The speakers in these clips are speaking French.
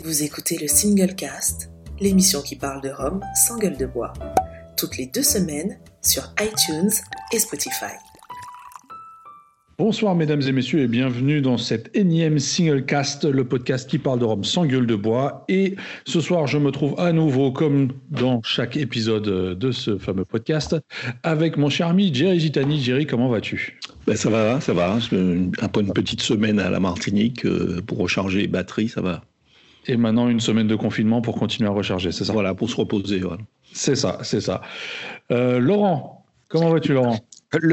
Vous écoutez le Single Cast, l'émission qui parle de rhum sans gueule de bois, toutes les 2 semaines sur iTunes et Spotify. Bonsoir mesdames et messieurs et bienvenue dans cet énième Single Cast, le podcast qui parle de rhum sans gueule de bois. Et ce soir, je me trouve à nouveau, comme dans chaque épisode de ce fameux podcast, avec mon cher ami Jerry Gitani. Jerry, comment vas-tu ? Ça va. Après une petite semaine à la Martinique pour recharger les batteries, ça va. Et maintenant, une semaine de confinement pour continuer à recharger, c'est ça ? Voilà, pour se reposer. Voilà. C'est ça. Laurent, comment vas-tu, Laurent ? Lequel ?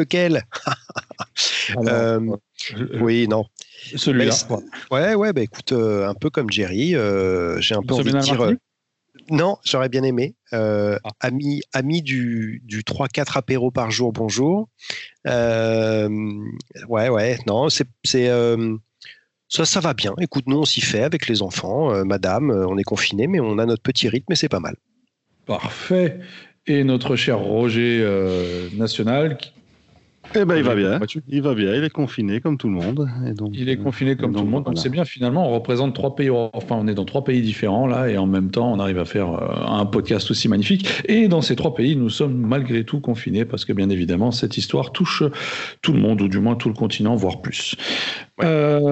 Oui, non. Celui-là. Ouais, écoute, un peu comme Jerry, j'ai un peu envie de dire. Non, j'aurais bien aimé. Ami du 3-4 apéros par jour, bonjour. Non, ça va bien. Écoute, nous, on s'y fait avec les enfants. Madame, on est confinés, mais on a notre petit rythme et c'est pas mal. Parfait. Et notre cher Roger National. Il va bien. Il est confiné comme tout le monde. Et donc, il est confiné comme tout le monde. Donc c'est bien, finalement, on représente 3 pays. Enfin, on est dans 3 pays différents là, et en même temps, on arrive à faire un podcast aussi magnifique. Et dans ces 3 pays, nous sommes malgré tout confinés parce que bien évidemment, cette histoire touche tout le monde, ou du moins tout le continent, voire plus. Ouais.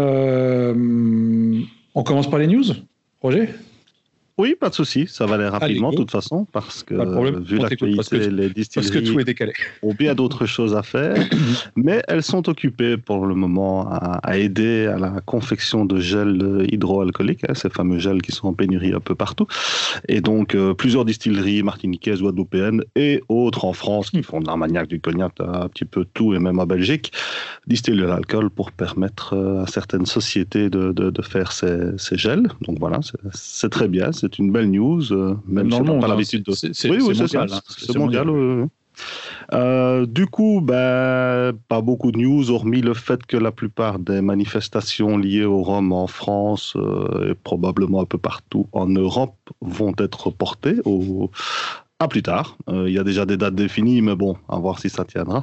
On commence par les news, Roger ? Oui, pas de souci, ça va aller rapidement de toute façon, parce que vu l'actualité, les distilleries ont bien d'autres choses à faire, mais elles sont occupées pour le moment à aider à la confection de gels hydroalcooliques, ces fameux gels qui sont en pénurie un peu partout, et donc plusieurs distilleries martiniquaises, guadeloupéennes et autres en France qui font de l'armagnac, du cognac, un petit peu tout, et même en Belgique, distillent de l'alcool pour permettre à certaines sociétés de faire ces gels. Donc voilà, c'est très bien. C'est une belle news, même si on n'a pas l'habitude de... C'est mondial. C'est mondial. Du coup, pas beaucoup de news, hormis le fait que la plupart des manifestations liées au rhum en France et probablement un peu partout en Europe vont être reportées à plus tard. Il y a déjà des dates définies, mais bon, à voir si ça tiendra.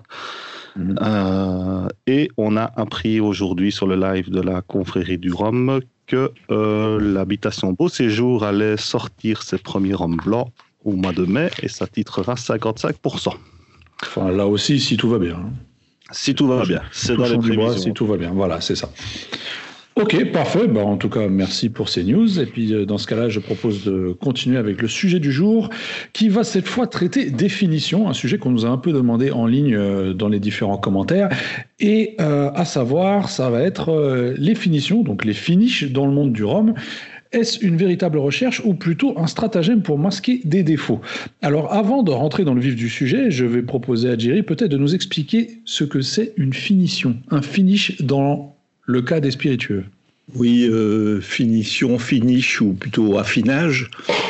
Et on a appris aujourd'hui sur le live de la confrérie du rhum que l'habitation Beau Séjour allait sortir ses premiers rhums blancs au mois de mai et ça titrera 55%. Enfin, là aussi, si tout va bien. Si tout va bien. C'est dans les prévisions. Si tout va bien. Voilà, c'est ça. Ok, parfait. En tout cas, merci pour ces news. Et puis, dans ce cas-là, je propose de continuer avec le sujet du jour, qui va cette fois traiter définition, un sujet qu'on nous a un peu demandé en ligne dans les différents commentaires. Et à savoir, ça va être les finitions, donc les finishes dans le monde du rhum. Est-ce une véritable recherche ou plutôt un stratagème pour masquer des défauts ? Alors, avant de rentrer dans le vif du sujet, je vais proposer à Jerry peut-être de nous expliquer ce que c'est une finition, un finish dans le cas des spiritueux. Oui, finition, finish ou plutôt affinage.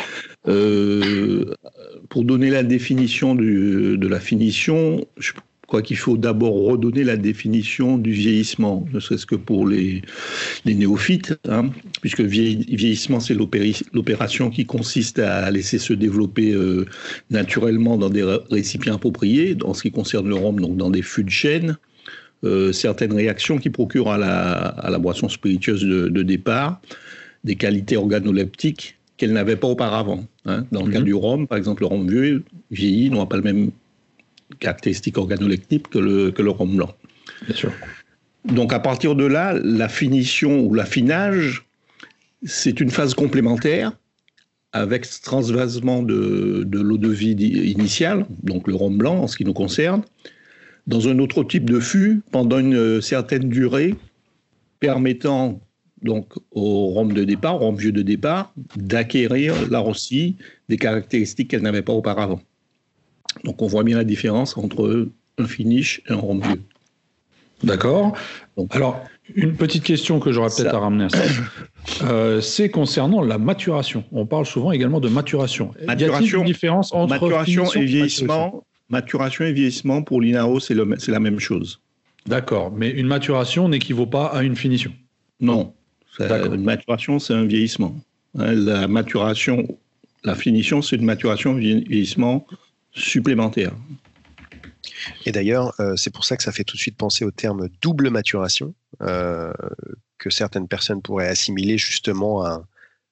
Pour donner la définition de la finition, je crois qu'il faut d'abord redonner la définition du vieillissement, ne serait-ce que pour les néophytes, puisque vieillissement, c'est l'opération qui consiste à laisser se développer naturellement dans des récipients appropriés, en ce qui concerne le rhum, donc dans des fûts de chêne, certaines réactions qui procurent à la boisson spiritueuse de départ des qualités organoleptiques qu'elle n'avait pas auparavant. Dans le cas du rhum, par exemple, le rhum vieux, vieilli, n'aura pas le même caractéristique organoleptique que le rhum blanc. Bien sûr. Donc à partir de là, la finition ou l'affinage, c'est une phase complémentaire avec transvasement de l'eau de vie initiale, donc le rhum blanc en ce qui nous concerne, dans un autre type de fût pendant une certaine durée, permettant donc au rhum de départ, au rhum vieux de départ, d'acquérir là aussi des caractéristiques qu'elle n'avait pas auparavant. Donc on voit bien la différence entre un finish et un rhum vieux. D'accord. Alors, une petite question que j'aurais peut-être à ramener à ça, c'est concernant la maturation. On parle souvent également de maturation. Y a-t-il une différence entre maturation et vieillissement ? Maturation et vieillissement, pour l'INAO, c'est la même chose. D'accord, mais une maturation n'équivaut pas à une finition ? Non, une maturation, c'est un vieillissement. La finition, c'est une maturation, vieillissement supplémentaire. Et d'ailleurs, c'est pour ça que ça fait tout de suite penser au terme double maturation, que certaines personnes pourraient assimiler justement à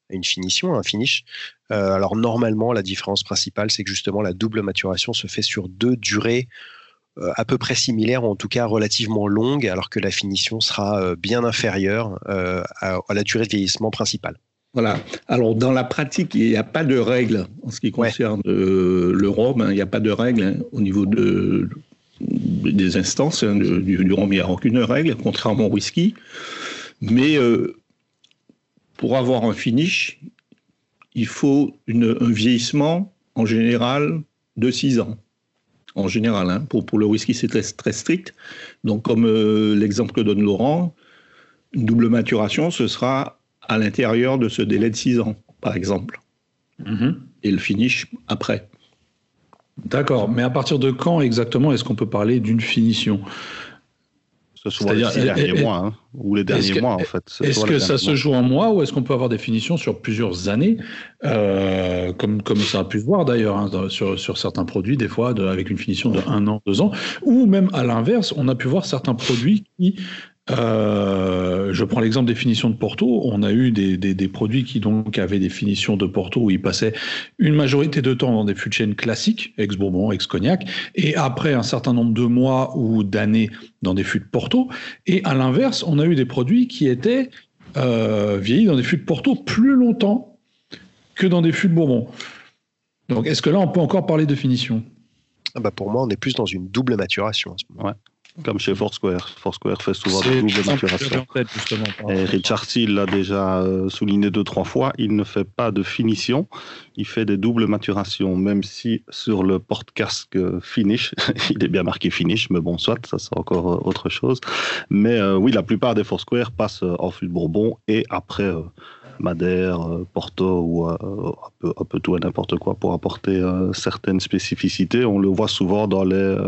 une finition, un finish. Alors normalement, la différence principale, c'est que justement la double maturation se fait sur 2 durées à peu près similaires, ou en tout cas relativement longues, alors que la finition sera bien inférieure à la durée de vieillissement principale. Voilà. Alors, dans la pratique, il n'y a pas de règle en ce qui concerne le rhum. Il n'y a pas de règle au niveau des instances. Du rhum, il n'y a aucune règle, contrairement au whisky. Mais pour avoir un finish, il faut un vieillissement, en général, de 6 ans. En général, pour le whisky, c'est très, très strict. Donc, comme l'exemple que donne Laurent, une double maturation, ce sera à l'intérieur de ce délai de 6 ans, par exemple. Et le finish après. D'accord. Mais à partir de quand exactement est-ce qu'on peut parler d'une finition ? C'est-à-dire les derniers mois, ou les derniers mois, en fait. Est-ce que ça se joue en mois ou est-ce qu'on peut avoir des finitions sur plusieurs années, comme ça a pu se voir d'ailleurs sur certains produits, des fois avec une finition de 1 an, 2 ans, ou même à l'inverse, on a pu voir certains produits qui... je prends l'exemple des finitions de Porto. On a eu des produits qui donc avaient des finitions de Porto où ils passaient une majorité de temps dans des fûts de chêne classiques, ex-bourbon, ex-cognac, et après un certain nombre de mois ou d'années dans des fûts de Porto. Et à l'inverse, on a eu des produits qui étaient vieillis dans des fûts de Porto plus longtemps que dans des fûts de Bourbon. Donc, est-ce que là, on peut encore parler de finition ? Pour moi, on est plus dans une double maturation à ce moment. Ouais. Comme chez Foursquare. Foursquare fait souvent de double maturation. Et Richard Seale l'a déjà souligné 2-3 fois, il ne fait pas de finition, il fait des doubles maturations, même si sur le porte-casque finish, il est bien marqué finish, mais bon, soit, ça c'est encore autre chose. Mais oui, la plupart des Foursquare passent en fût de Bourbon et après Madère, Porto ou un peu tout et n'importe quoi pour apporter certaines spécificités. On le voit souvent dans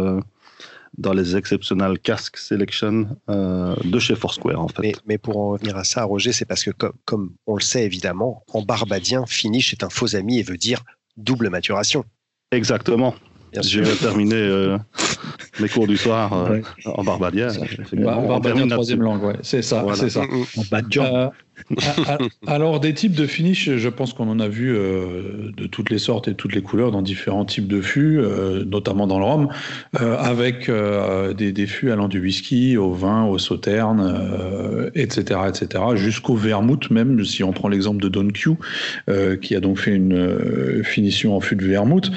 les Exceptional Cask Selection de chez Foursquare, en fait. Mais pour en revenir à ça, Roger, c'est parce que, comme on le sait évidemment, en barbadien, finish est un faux ami et veut dire double maturation. Exactement. J'ai terminé mes cours du soir en barbadien. Barbadien, troisième langue, ouais. C'est ça, voilà. C'est ça. En badjan. Alors, des types de finish, je pense qu'on en a vu de toutes les sortes et toutes les couleurs dans différents types de fûts, notamment dans le rhum, avec des fûts allant du whisky au vin, au sauterne, etc., jusqu'au vermouth même, si on prend l'exemple de Don Q, qui a donc fait une finition en fût de vermouth.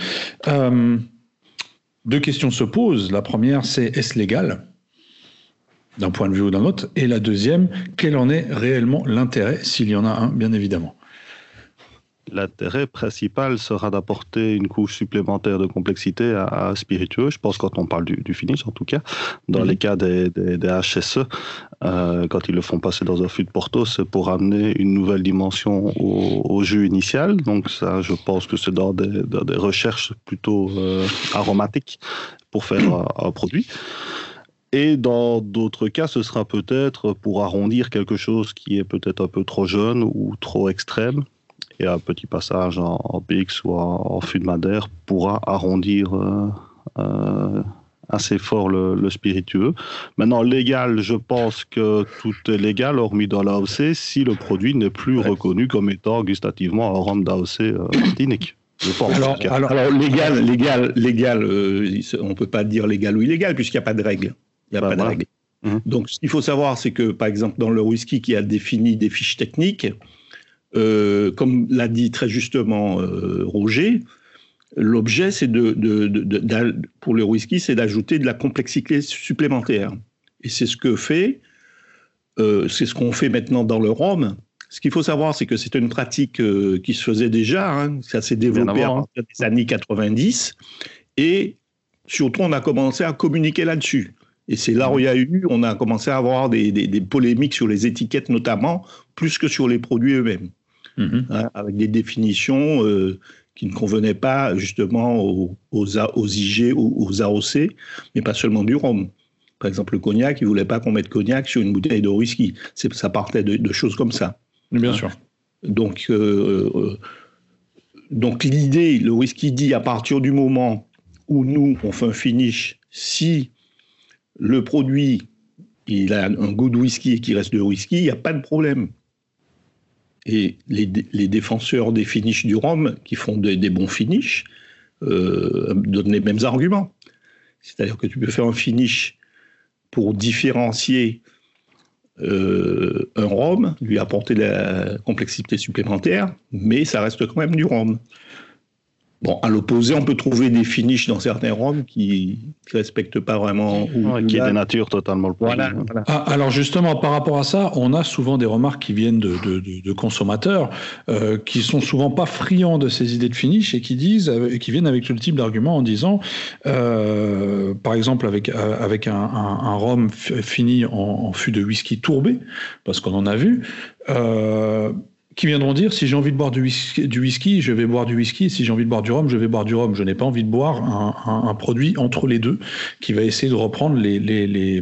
2 questions se posent. La première, c'est est-ce légal d'un point de vue ou d'un autre? Et la deuxième, quel en est réellement l'intérêt, s'il y en a un, bien évidemment? L'intérêt principal sera d'apporter une couche supplémentaire de complexité à spiritueux. Je pense quand on parle du finish, en tout cas. Dans les cas des HSE, quand ils le font passer dans un fût de Porto, c'est pour amener une nouvelle dimension au jus initial. Donc ça, je pense que c'est dans des recherches plutôt aromatiques pour faire un produit. Et dans d'autres cas, ce sera peut-être pour arrondir quelque chose qui est peut-être un peu trop jeune ou trop extrême. Et un petit passage en PX ou en fût de Madère pourra arrondir assez fort le spiritueux. Maintenant, légal, je pense que tout est légal, hormis dans l'AOC, si le produit n'est plus reconnu comme étant gustativement un rhum d'AOC martinique. Alors légal, on ne peut pas dire légal ou illégal, puisqu'il n'y a pas de règle. Il n'y a pas de règle. Donc, ce qu'il faut savoir, c'est que, par exemple, dans le whisky qui a défini des fiches techniques, comme l'a dit très justement Roger, l'objet, c'est pour le whisky, c'est d'ajouter de la complexité supplémentaire. Et c'est ce qu'on fait maintenant dans le rhum. Ce qu'il faut savoir, c'est que c'est une pratique qui se faisait déjà, ça s'est développé à partir des années 90, et surtout on a commencé à communiquer là-dessus. Et c'est là où on a commencé à avoir des polémiques sur les étiquettes notamment, plus que sur les produits eux-mêmes, avec des définitions qui ne convenaient pas justement aux IG ou aux AOC, mais pas seulement du rhum. Par exemple, le cognac, ils ne voulaient pas qu'on mette cognac sur une bouteille de whisky. Ça partait de choses comme ça. Bien sûr. Donc l'idée, le whisky dit à partir du moment où nous, on fait un finish, si le produit, il a un goût de whisky et qu'il reste de whisky, il n'y a pas de problème. Et les défenseurs des finishes du rhum, qui font des bons finishes, donnent les mêmes arguments. C'est-à-dire que tu peux faire un finish pour différencier un rhum, lui apporter de la complexité supplémentaire, mais ça reste quand même du rhum. Bon, à l'opposé, on peut trouver des finishes dans certains rhums qui ne respectent pas vraiment... qui dénaturent totalement le produit. Voilà. Alors justement, par rapport à ça, on a souvent des remarques qui viennent de consommateurs qui sont souvent pas friands de ces idées de finish et qui viennent avec le type d'argument en disant, par exemple avec un rhum fini en fût de whisky tourbé, parce qu'on en a vu... qui viendront dire, si j'ai envie de boire du whisky, je vais boire du whisky, et si j'ai envie de boire du rhum, je vais boire du rhum. Je n'ai pas envie de boire un produit entre les deux, qui va essayer de reprendre les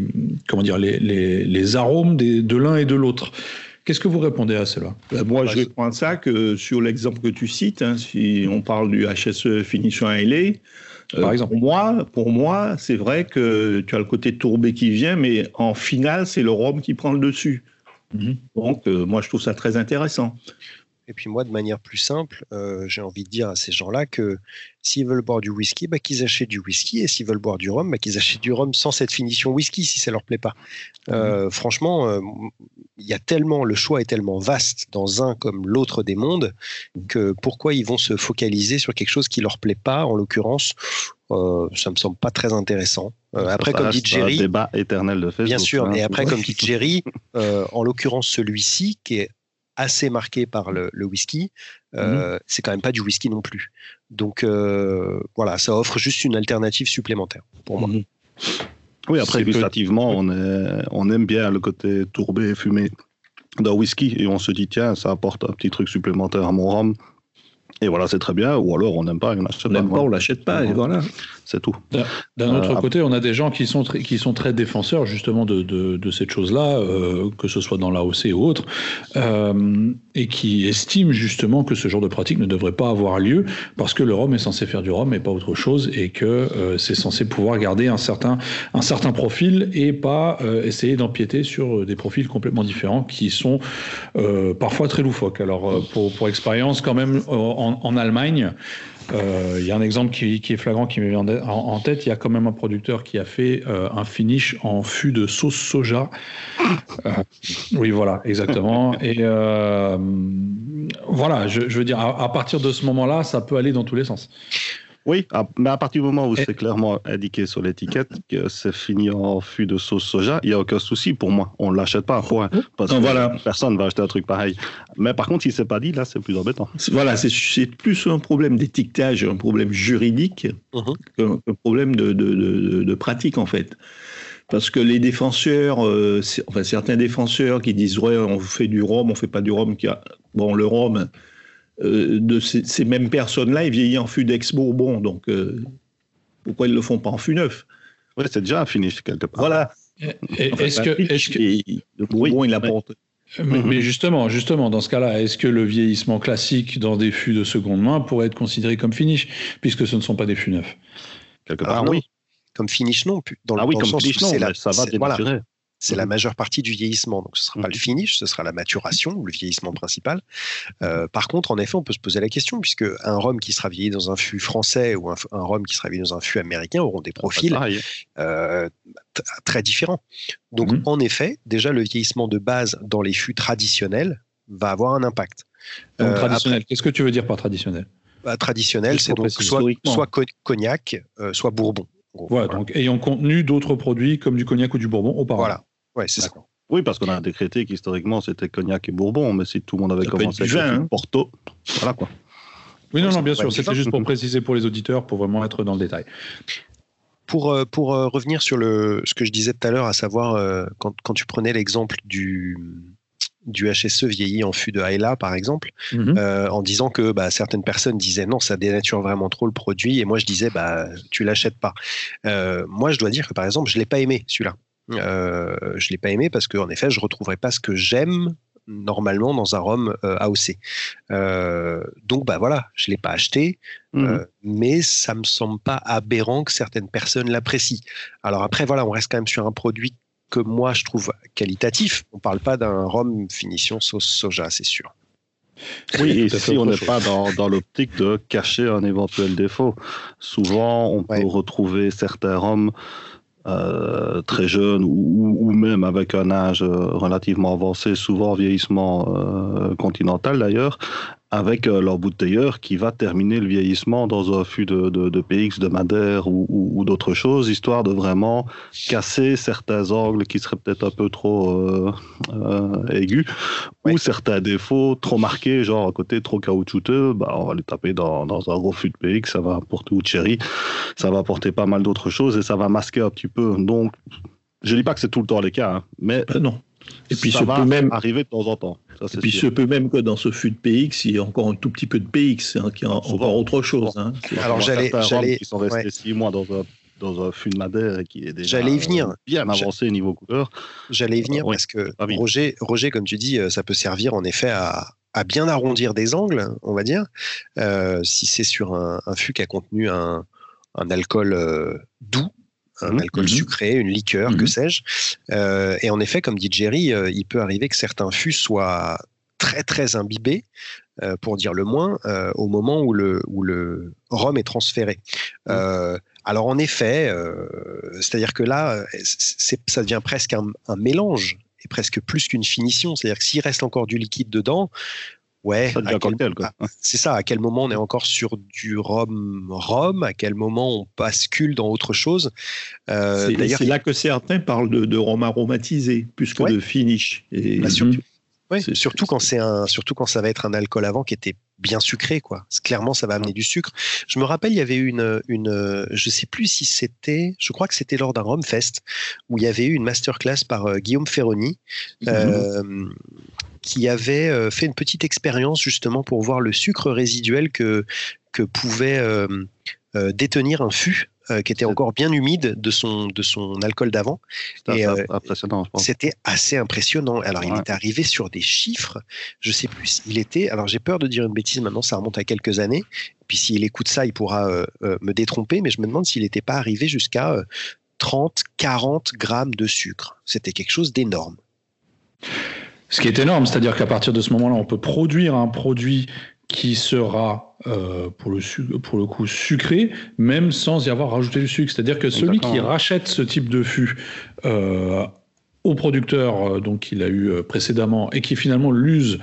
arômes de l'un et de l'autre. Qu'est-ce que vous répondez à cela ? Moi, je réponds à ça que sur l'exemple que tu cites, si on parle du HSE Finition LA, par exemple. Pour moi, c'est vrai que tu as le côté tourbé qui vient, mais en finale, c'est le rhum qui prend le dessus. Donc, moi, je trouve ça très intéressant. Et puis moi, de manière plus simple, j'ai envie de dire à ces gens-là que s'ils veulent boire du whisky, qu'ils achètent du whisky, et s'ils veulent boire du rhum, qu'ils achètent du rhum sans cette finition whisky, si ça leur plaît pas. Franchement, le choix est tellement vaste dans un comme l'autre des mondes que pourquoi ils vont se focaliser sur quelque chose qui leur plaît pas, en l'occurrence. Ça me semble pas très intéressant. Après, comme dit Jerry, un débat éternel de Facebook. Bien sûr. Et après, comme dit Jerry, en l'occurrence celui-ci qui est assez marqué par le whisky, c'est quand même pas du whisky non plus. Donc voilà, ça offre juste une alternative supplémentaire pour moi. Oui, après gustativement, on aime bien le côté tourbé et fumé d'un whisky et on se dit tiens, ça apporte un petit truc supplémentaire à mon rhum. Et voilà, c'est très bien. Ou alors, on n'aime pas, on l'achète pas, et voilà. C'est tout. D'un autre côté, on a des gens qui sont très défenseurs, justement, de cette chose-là, que ce soit dans l'AOC ou autre, et qui estiment, justement, que ce genre de pratique ne devrait pas avoir lieu, parce que le rhum est censé faire du rhum et pas autre chose, et que c'est censé pouvoir garder un certain profil et pas essayer d'empiéter sur des profils complètement différents qui sont parfois très loufoques. Alors, pour expérience, quand même, en Allemagne, il y a un exemple qui est flagrant qui me vient en tête. Il y a quand même un producteur qui a fait un finish en fût de sauce soja. Oui, voilà, exactement. Et voilà, je veux dire, à partir de ce moment-là, ça peut aller dans tous les sens. Oui, mais à partir du moment où c'est clairement indiqué sur l'étiquette que c'est fini en fût de sauce soja, il n'y a aucun souci pour moi. On ne l'achète pas, parce que personne ne va acheter un truc pareil. Mais par contre, si ce n'est pas dit, là, c'est plus embêtant. Voilà, c'est plus un problème d'étiquetage, un problème juridique qu'un problème de pratique, en fait. Parce que les défenseurs, certains défenseurs qui disent « ouais, on fait du rhum, on ne fait pas du rhum », bon, le rhum... de ces mêmes personnes-là, ils vieillissent en fût d'ex-Bourbon. Donc, pourquoi ils ne le font pas en fût neuf ? Oui, c'est déjà un finish quelque part. Voilà. Le Bourbon, il apporte. Mais justement, dans ce cas-là, est-ce que le vieillissement classique dans des fûts de seconde main pourrait être considéré comme finish, puisque ce ne sont pas des fûts neufs ? Quelque part, oui. Comme finish, non. Comme finish, non, ça va dénaturer. C'est la majeure partie du vieillissement. Donc, ce ne sera pas le finish, ce sera la maturation, ou le vieillissement principal. Par contre, en effet, on peut se poser la question, puisque un rhum qui sera vieilli dans un fût français ou un rhum qui sera vieilli dans un fût américain auront des profils très différents. Donc, en effet, déjà, le vieillissement de base dans les fûts traditionnels va avoir un impact. Donc, traditionnel, qu'est-ce que tu veux dire par traditionnel ? Traditionnel, c'est donc soit cognac, soit bourbon. Voilà, donc ayant contenu d'autres produits comme du cognac ou du bourbon auparavant. Voilà, ouais, c'est ça. Oui, parce qu'on a décrété qu'historiquement c'était cognac et bourbon, mais si tout le monde avait commencé avec vin, Porto, voilà quoi. Oui, non, bien sûr, c'était juste pour préciser pour les auditeurs, pour vraiment être dans le détail. Pour revenir sur ce que je disais tout à l'heure, à savoir quand tu prenais l'exemple du HSE vieilli en fût de Islay, par exemple, en disant que certaines personnes disaient non, ça dénature vraiment trop le produit, et moi je disais tu l'achètes pas. Moi je dois dire que par exemple je l'ai pas aimé celui-là. Je l'ai pas aimé parce qu'en effet je retrouverai pas ce que j'aime normalement dans un rhum AOC. Donc voilà, je l'ai pas acheté, mais ça me semble pas aberrant que certaines personnes l'apprécient. Alors après voilà, on reste quand même sur un produit que moi je trouve qualitatif. On parle pas d'un rhum finition sauce soja, c'est sûr. Oui, et si on n'est pas dans l'optique de cacher un éventuel défaut. Souvent, on peut retrouver certains rhums très jeunes ou même avec un âge relativement avancé, souvent vieillissement continental d'ailleurs, avec leur bouteilleur qui va terminer le vieillissement dans un fût de PX, de Madère ou d'autres choses, histoire de vraiment casser certains angles qui seraient peut-être un peu trop aigus, ou certains défauts trop marqués, genre un côté trop caoutchouteux, on va les taper dans un gros fût de PX, ça va apporter, ou de Cherry, ça va apporter pas mal d'autres choses et ça va masquer un petit peu. Donc, je dis pas que c'est tout le temps les cas, mais non. Et puis ça va même arriver de temps en temps. Ça, et puis il se peut même que dans ce fût de PX, il y ait encore un tout petit peu de PX, qui est encore autre chose. Alors j'allais qui sont restés 6 mois dans un fût de Madère et qui est déjà bien avancé niveau couleur. J'allais y venir parce que Roger, comme tu dis, ça peut servir en effet à bien arrondir des angles, on va dire, si c'est sur un fût qui a contenu un alcool doux, un alcool sucré, une liqueur, que sais-je. Et en effet, comme dit Jerry, il peut arriver que certains fûts soient très très imbibés, pour dire le moins, au moment où le rhum est transféré. Alors en effet, c'est-à-dire que là, ça devient presque un mélange, et presque plus qu'une finition. C'est-à-dire que s'il reste encore du liquide dedans, c'est ça, à quel moment on est encore sur du rhum, à quel moment on bascule dans autre chose. C'est là que certains parlent de rhum aromatisé, plus que de finish. Et... surtout quand ça va être un alcool avant qui était bien sucré, quoi. Clairement, ça va amener du sucre. Je me rappelle, il y avait je sais plus si c'était, je crois que c'était lors d'un Rhum Fest, où il y avait eu une masterclass par Guillaume Ferroni, qui avait fait une petite expérience justement pour voir le sucre résiduel que pouvait détenir un fût qui était encore bien humide de son alcool d'avant. C'était impressionnant, je pense. C'était assez impressionnant. Alors, il était arrivé sur des chiffres, je sais plus, alors j'ai peur de dire une bêtise maintenant, ça remonte à quelques années, puis s'il écoute ça, il pourra me détromper, mais je me demande s'il n'était pas arrivé jusqu'à 30-40 grammes de sucre. C'était quelque chose d'énorme. Ce qui est énorme, c'est-à-dire qu'à partir de ce moment-là, on peut produire un produit qui sera pour le coup sucré, même sans y avoir rajouté du sucre. C'est-à-dire que celui qui rachète ce type de fût au producteur donc qu'il a eu précédemment et qui finalement l'use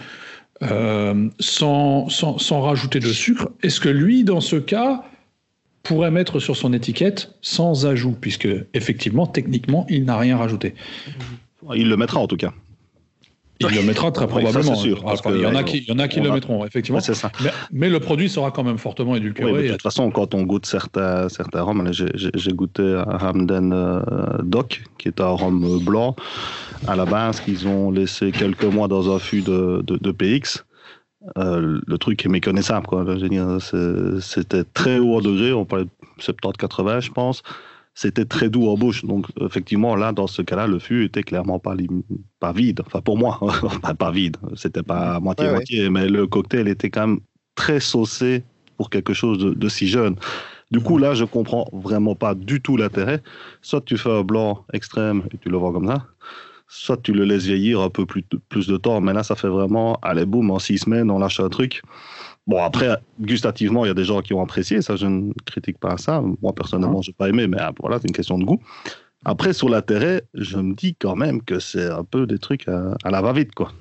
sans rajouter de sucre, est-ce que lui, dans ce cas, pourrait mettre sur son étiquette sans ajout, puisque effectivement, techniquement, il n'a rien rajouté? Il le mettra en tout cas. Il le mettra très probablement. Oui, ça, c'est sûr, il y en a qui le mettront, effectivement. Ouais, c'est ça. Mais le produit sera quand même fortement édulcoré. Oui, de toute façon, quand on goûte certains rhums, j'ai goûté un Hamden Doc, qui est un rhum blanc. À la base, qu'ils ont laissé quelques mois dans un fût de PX. Le truc est méconnaissable, quoi. Je veux dire, c'était très haut en degré, on parlait de 70-80, je pense. C'était très doux en bouche. Donc, effectivement, là, dans ce cas-là, le fût était clairement pas vide. Enfin, pour moi, pas vide. C'était pas moitié-moitié, mais le cocktail était quand même très saucé pour quelque chose de si jeune. Du coup, là, je comprends vraiment pas du tout l'intérêt. Soit tu fais un blanc extrême et tu le vends comme ça, soit tu le laisses vieillir un peu plus de temps. Mais là, ça fait vraiment, allez, boum, en 6 semaines, on lâche un truc. Bon, après, gustativement, il y a des gens qui ont apprécié, ça, je ne critique pas ça. Moi, personnellement, je n'ai pas aimé, mais voilà, c'est une question de goût. Après, sur l'intérêt, je me dis quand même que c'est un peu des trucs à la va-vite, quoi.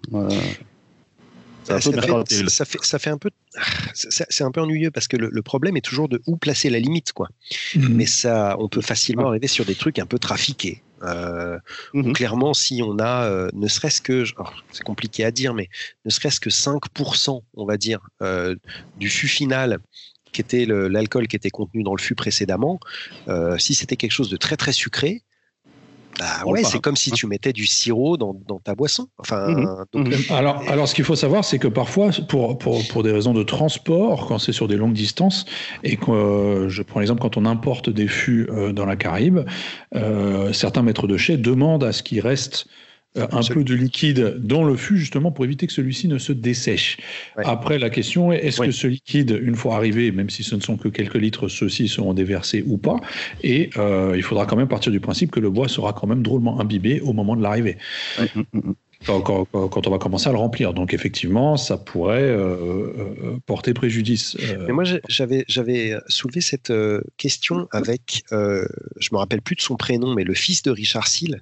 Ça fait un peu... C'est un peu ennuyeux, parce que le problème est toujours de où placer la limite, quoi. Mais ça, on peut facilement arriver sur des trucs un peu trafiqués. Clairement, si on a ne serait-ce que, c'est compliqué à dire, mais ne serait-ce que 5%, on va dire, du fût final qui était l'alcool qui était contenu dans le fût précédemment, si c'était quelque chose de très très sucré, c'est comme si tu mettais du sirop dans ta boisson. Alors, ce qu'il faut savoir, c'est que parfois, pour des raisons de transport, quand c'est sur des longues distances, et que je prends l'exemple quand on importe des fûts dans la Caraïbe, certains maîtres de chai demandent à ce qu'il reste un peu de liquide dans le fût, justement pour éviter que celui-ci ne se dessèche. Ouais. Après, la question est, est-ce que ce liquide, une fois arrivé, même si ce ne sont que quelques litres, ceux-ci seront déversés ou pas? Et il faudra quand même partir du principe que le bois sera quand même drôlement imbibé au moment de l'arrivée. quand on va commencer à le remplir. Donc effectivement, ça pourrait porter préjudice. Mais moi, j'avais soulevé cette question avec, je me rappelle plus de son prénom, mais le fils de Richard Seale,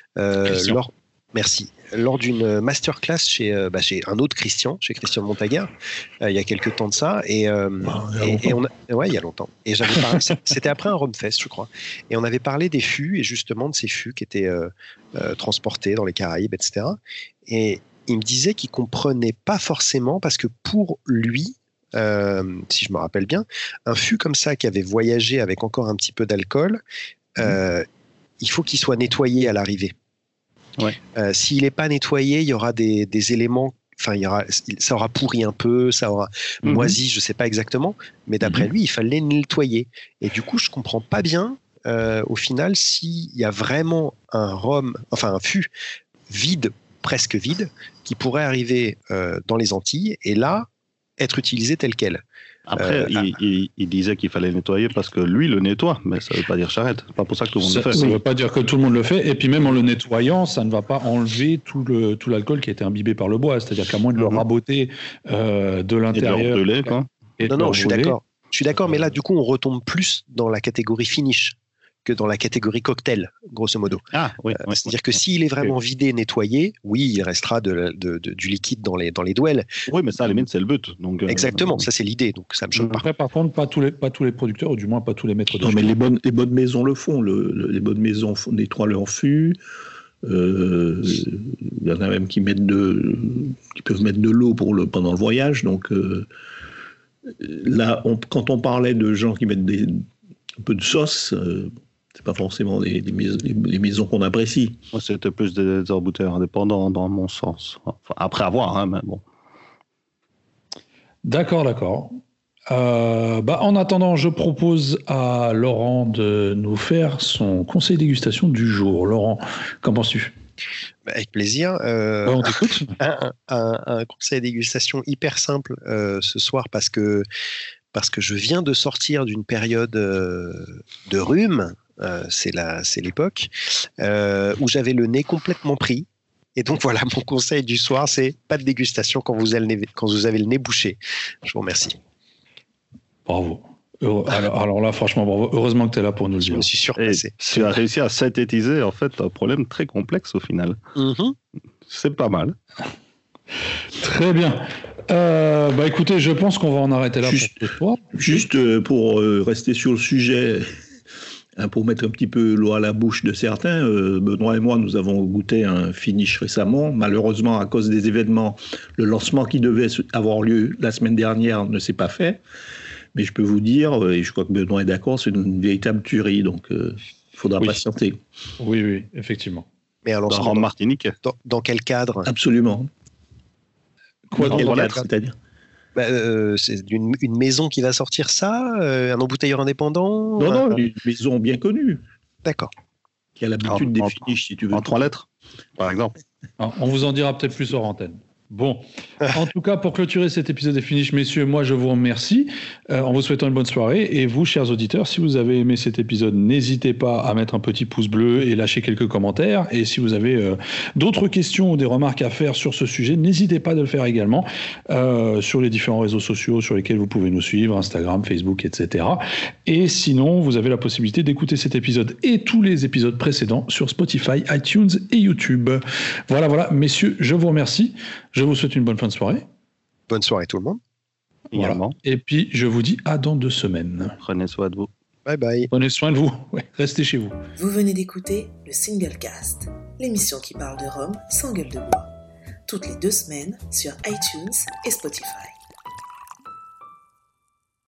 lors d'une masterclass chez un autre Christian, chez Christian Montaguer, il y a quelques temps de ça, il y a longtemps. Et j'avais parlé, c'était après un Rumfest, je crois. Et on avait parlé des fûts et justement de ces fûts qui étaient transportés dans les Caraïbes, etc. Et il me disait qu'il comprenait pas forcément parce que pour lui, si je me rappelle bien, un fût comme ça qui avait voyagé avec encore un petit peu d'alcool, il faut qu'il soit nettoyé à l'arrivée. Ouais. S'il n'est pas nettoyé, il y aura des éléments, ça aura pourri un peu, ça aura moisi, je ne sais pas exactement, mais d'après lui, il fallait nettoyer. Et du coup, je ne comprends pas bien, au final, s'il y a vraiment un fût vide, presque vide, qui pourrait arriver dans les Antilles, et là, être utilisé tel quel. Après, il disait qu'il fallait nettoyer parce que lui le nettoie, mais ça ne veut pas dire charrette. C'est pas pour ça que tout le monde le fait. Ça ne veut pas dire que tout le monde le fait. Et puis même en le nettoyant, ça ne va pas enlever tout l'alcool qui a été imbibé par le bois. C'est-à-dire qu'à moins de le raboter de l'intérieur. Et de le brûler, quoi. Non, je suis d'accord. Je suis d'accord, mais là, du coup, on retombe plus dans la catégorie finish que dans la catégorie cocktail, grosso modo. C'est-à-dire que s'il est vraiment vidé, nettoyé, oui, il restera du liquide dans les douelles. Oui, mais ça, à la limite, c'est le but. Donc, exactement, ça c'est l'idée, donc ça me choque pas. Après, par contre, pas tous les producteurs, ou du moins pas tous les maîtres de Non, mais les bonnes maisons le font. Les bonnes maisons nettoient leur fût. Il y en a même qui peuvent mettre de l'eau pendant le voyage. Donc là, quand on parlait de gens qui mettent un peu de sauce, c'est pas forcément les maisons qu'on apprécie. Moi, c'était plus des embouteilleurs indépendants dans mon sens. Enfin, après avoir, mais bon. D'accord. En attendant, je propose à Laurent de nous faire son conseil dégustation du jour. Laurent, qu'en penses-tu ? Avec plaisir. On t'écoute. Un conseil dégustation hyper simple ce soir parce que je viens de sortir d'une période de rhume, c'est l'époque, où j'avais le nez complètement pris. Et donc voilà, mon conseil du soir, c'est pas de dégustation quand vous avez le nez bouché. Je vous remercie. Bravo. Alors là, franchement, bravo. Heureusement que tu es là pour nous le dire. Je me suis surpassé. Et tu as réussi à synthétiser en fait un problème très complexe au final. C'est pas mal. Très bien. Écoutez, je pense qu'on va en arrêter là pour ce soir. Juste pour rester sur le sujet, pour mettre un petit peu l'eau à la bouche de certains, Benoît et moi, nous avons goûté un finish récemment. Malheureusement, à cause des événements, le lancement qui devait avoir lieu la semaine dernière ne s'est pas fait. Mais je peux vous dire, et je crois que Benoît est d'accord, c'est une véritable tuerie, donc il faudra patienter. Oui, effectivement. Mais alors, en Martinique. Dans quel cadre ? Absolument. Quoi dans quel cadre, c'est-à-dire ? C'est une maison qui va sortir ça, un embouteilleur indépendant. Non, une maison bien connue. D'accord. Qui a l'habitude des finishes, si tu veux. En 3 lettres, par exemple. On vous en dira peut-être plus hors antenne. Bon, en tout cas, pour clôturer cet épisode des Finish, messieurs, moi je vous remercie en vous souhaitant une bonne soirée. Et vous, chers auditeurs, si vous avez aimé cet épisode, n'hésitez pas à mettre un petit pouce bleu et lâcher quelques commentaires. Et si vous avez d'autres questions ou des remarques à faire sur ce sujet, n'hésitez pas de le faire également sur les différents réseaux sociaux sur lesquels vous pouvez nous suivre, Instagram, Facebook, etc. Et sinon, vous avez la possibilité d'écouter cet épisode et tous les épisodes précédents sur Spotify, iTunes et YouTube. Voilà, messieurs, je vous remercie. Je vous souhaite une bonne fin de soirée. Bonne soirée tout le monde. Voilà. Et puis, je vous dis à dans 2 semaines. Prenez soin de vous. Bye bye. Prenez soin de vous. Ouais, restez chez vous. Vous venez d'écouter le Single Cast, l'émission qui parle de rhum sans gueule de bois. Toutes les 2 semaines sur iTunes et Spotify.